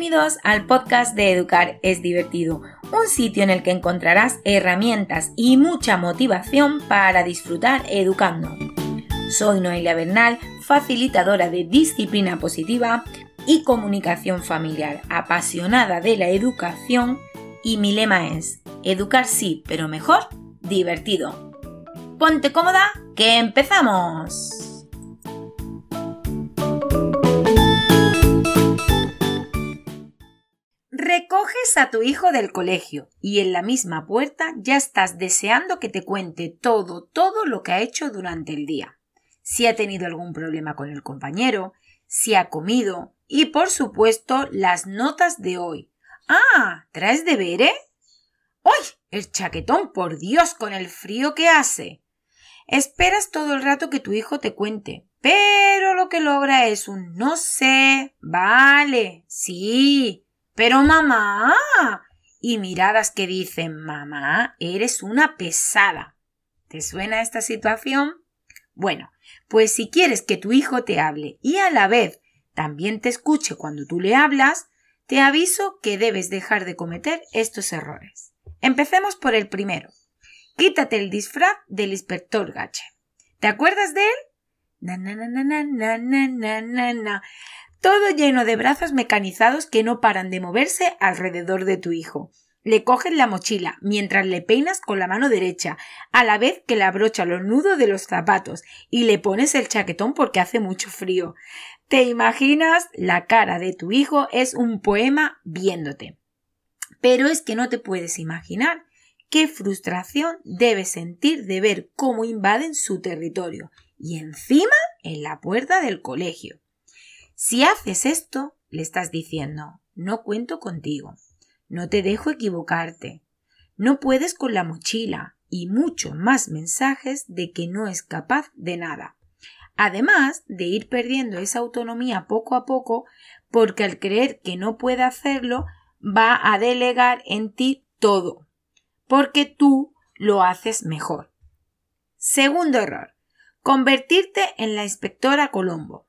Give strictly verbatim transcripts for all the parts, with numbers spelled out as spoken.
Bienvenidos al podcast de Educar es divertido, un sitio en el que encontrarás herramientas y mucha motivación para disfrutar educando. Soy Noelia Bernal, facilitadora de disciplina positiva y comunicación familiar, apasionada de la educación, y mi lema es: educar sí, pero mejor, divertido. Ponte cómoda, que empezamos. Recoges a tu hijo del colegio y en la misma puerta ya estás deseando que te cuente todo, todo lo que ha hecho durante el día. Si ha tenido algún problema con el compañero, si ha comido y, por supuesto, las notas de hoy. ¡Ah! ¿Traes deberes? ¡Uy! El chaquetón, por Dios, con el frío que hace. Esperas todo el rato que tu hijo te cuente, pero lo que logra es un no sé, vale, sí, pero mamá, y miradas que dicen: mamá, eres una pesada. ¿Te suena esta situación? Bueno, pues si quieres que tu hijo te hable y a la vez también te escuche cuando tú le hablas, te aviso que debes dejar de cometer estos errores. Empecemos por el primero. Quítate el disfraz del inspector Gadget. ¿Te acuerdas de él? Na, na, na, na, na, na, na, na, na. Todo lleno de brazos mecanizados que no paran de moverse alrededor de tu hijo. Le coges la mochila mientras le peinas con la mano derecha, a la vez que le abrocha los nudos de los zapatos y le pones el chaquetón porque hace mucho frío. ¿Te imaginas? La cara de tu hijo es un poema viéndote. Pero es que no te puedes imaginar qué frustración debe sentir de ver cómo invaden su territorio y encima en la puerta del colegio. Si haces esto, le estás diciendo: no cuento contigo, no te dejo equivocarte, no puedes con la mochila y muchos más mensajes de que no es capaz de nada. Además de ir perdiendo esa autonomía poco a poco, porque al creer que no puede hacerlo, va a delegar en ti todo, porque tú lo haces mejor. Segundo error: convertirte en la inspectora Colombo.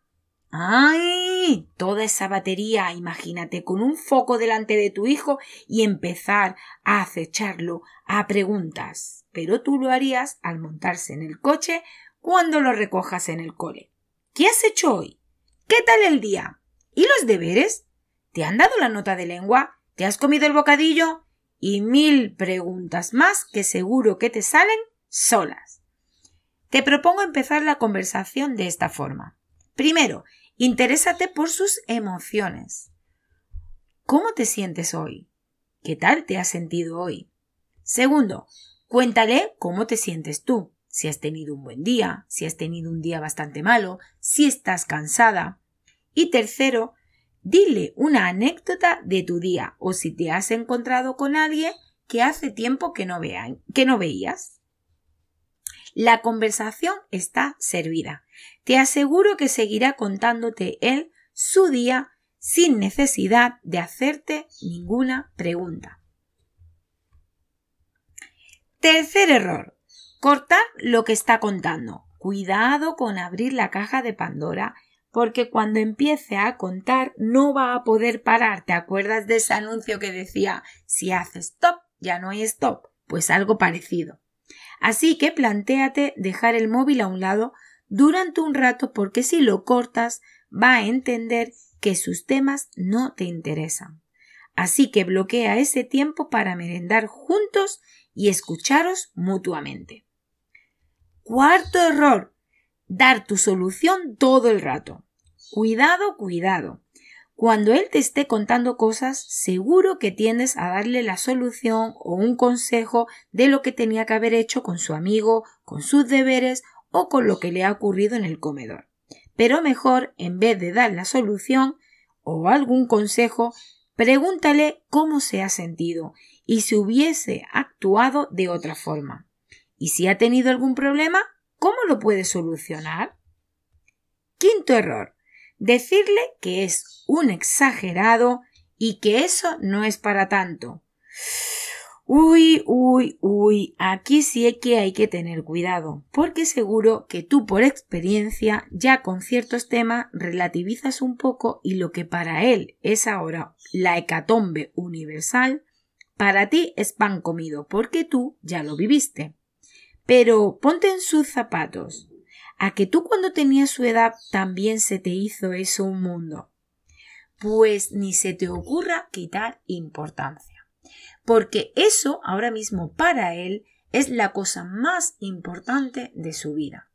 ¡Ay! Toda esa batería, imagínate, con un foco delante de tu hijo y empezar a acecharlo a preguntas. Pero tú lo harías al montarse en el coche cuando lo recojas en el cole. ¿Qué has hecho hoy? ¿Qué tal el día? ¿Y los deberes? ¿Te han dado la nota de lengua? ¿Te has comido el bocadillo? Y mil preguntas más que seguro que te salen solas. Te propongo empezar la conversación de esta forma. Primero, interésate por sus emociones. ¿Cómo te sientes hoy? ¿Qué tal te has sentido hoy? Segundo, cuéntale cómo te sientes tú. Si has tenido un buen día, si has tenido un día bastante malo, si estás cansada. Y tercero, dile una anécdota de tu día o si te has encontrado con alguien que hace tiempo que no, vean, que no veías. La conversación está servida. Te aseguro que seguirá contándote él su día sin necesidad de hacerte ninguna pregunta. Tercer error: cortar lo que está contando. Cuidado con abrir la caja de Pandora, porque cuando empiece a contar no va a poder parar. ¿Te acuerdas de ese anuncio que decía: si haces stop, ya no hay stop? Pues algo parecido. Así que plantéate dejar el móvil a un lado durante un rato, porque si lo cortas va a entender que sus temas no te interesan. Así que bloquea ese tiempo para merendar juntos y escucharos mutuamente. Cuarto error: dar tu solución todo el rato. Cuidado, cuidado. Cuando él te esté contando cosas, seguro que tiendes a darle la solución o un consejo de lo que tenía que haber hecho con su amigo, con sus deberes o con lo que le ha ocurrido en el comedor. Pero mejor, en vez de dar la solución o algún consejo, pregúntale cómo se ha sentido y si hubiese actuado de otra forma. Y si ha tenido algún problema, ¿cómo lo puede solucionar? Quinto error: decirle que es un exagerado y que eso no es para tanto. Uy, uy, uy, aquí sí es que hay que tener cuidado, porque seguro que tú por experiencia ya con ciertos temas relativizas un poco y lo que para él es ahora la hecatombe universal, para ti es pan comido, porque tú ya lo viviste. Pero ponte en sus zapatos. ¿A que tú cuando tenías su edad también se te hizo eso un mundo? Pues ni se te ocurra quitar importancia. Porque eso ahora mismo para él es la cosa más importante de su vida.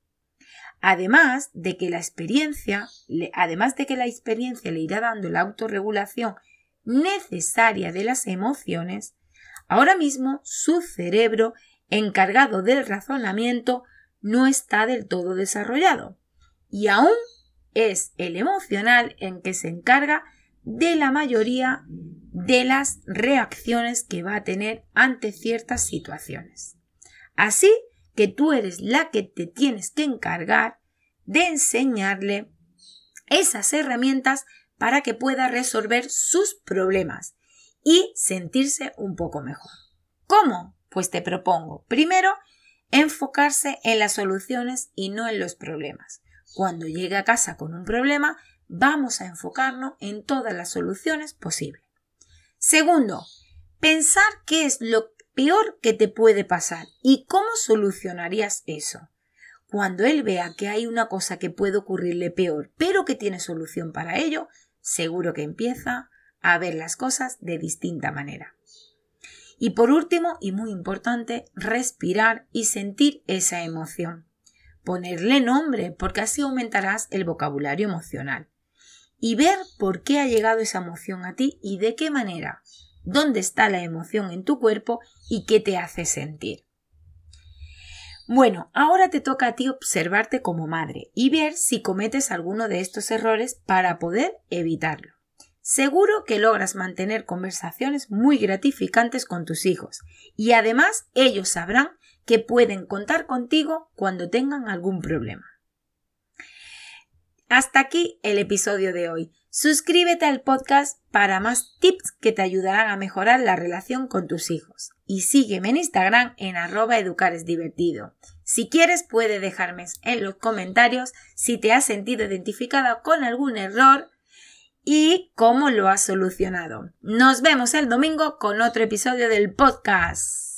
Además de que la experiencia, además de que la experiencia le irá dando la autorregulación necesaria de las emociones, ahora mismo su cerebro, encargado del razonamiento, no está del todo desarrollado y aún es el emocional en que se encarga de la mayoría de las reacciones que va a tener ante ciertas situaciones. Así que tú eres la que te tienes que encargar de enseñarle esas herramientas para que pueda resolver sus problemas y sentirse un poco mejor. ¿Cómo? Pues te propongo, primero, enfocarse en las soluciones y no en los problemas. Cuando llegue a casa con un problema, vamos a enfocarnos en todas las soluciones posibles. Segundo, pensar qué es lo peor que te puede pasar y cómo solucionarías eso. Cuando él vea que hay una cosa que puede ocurrirle peor, pero que tiene solución para ello, seguro que empieza a ver las cosas de distinta manera. Y por último, y muy importante, respirar y sentir esa emoción. Ponerle nombre, porque así aumentarás el vocabulario emocional. Y ver por qué ha llegado esa emoción a ti y de qué manera, dónde está la emoción en tu cuerpo y qué te hace sentir. Bueno, ahora te toca a ti observarte como madre y ver si cometes alguno de estos errores para poder evitarlo. Seguro que logras mantener conversaciones muy gratificantes con tus hijos y además ellos sabrán que pueden contar contigo cuando tengan algún problema. Hasta aquí el episodio de hoy. Suscríbete al podcast para más tips que te ayudarán a mejorar la relación con tus hijos. Y sígueme en Instagram en arroba educaresdivertido. Si quieres puedes dejarme en los comentarios si te has sentido identificada con algún error y cómo lo has solucionado. Nos vemos el domingo con otro episodio del podcast.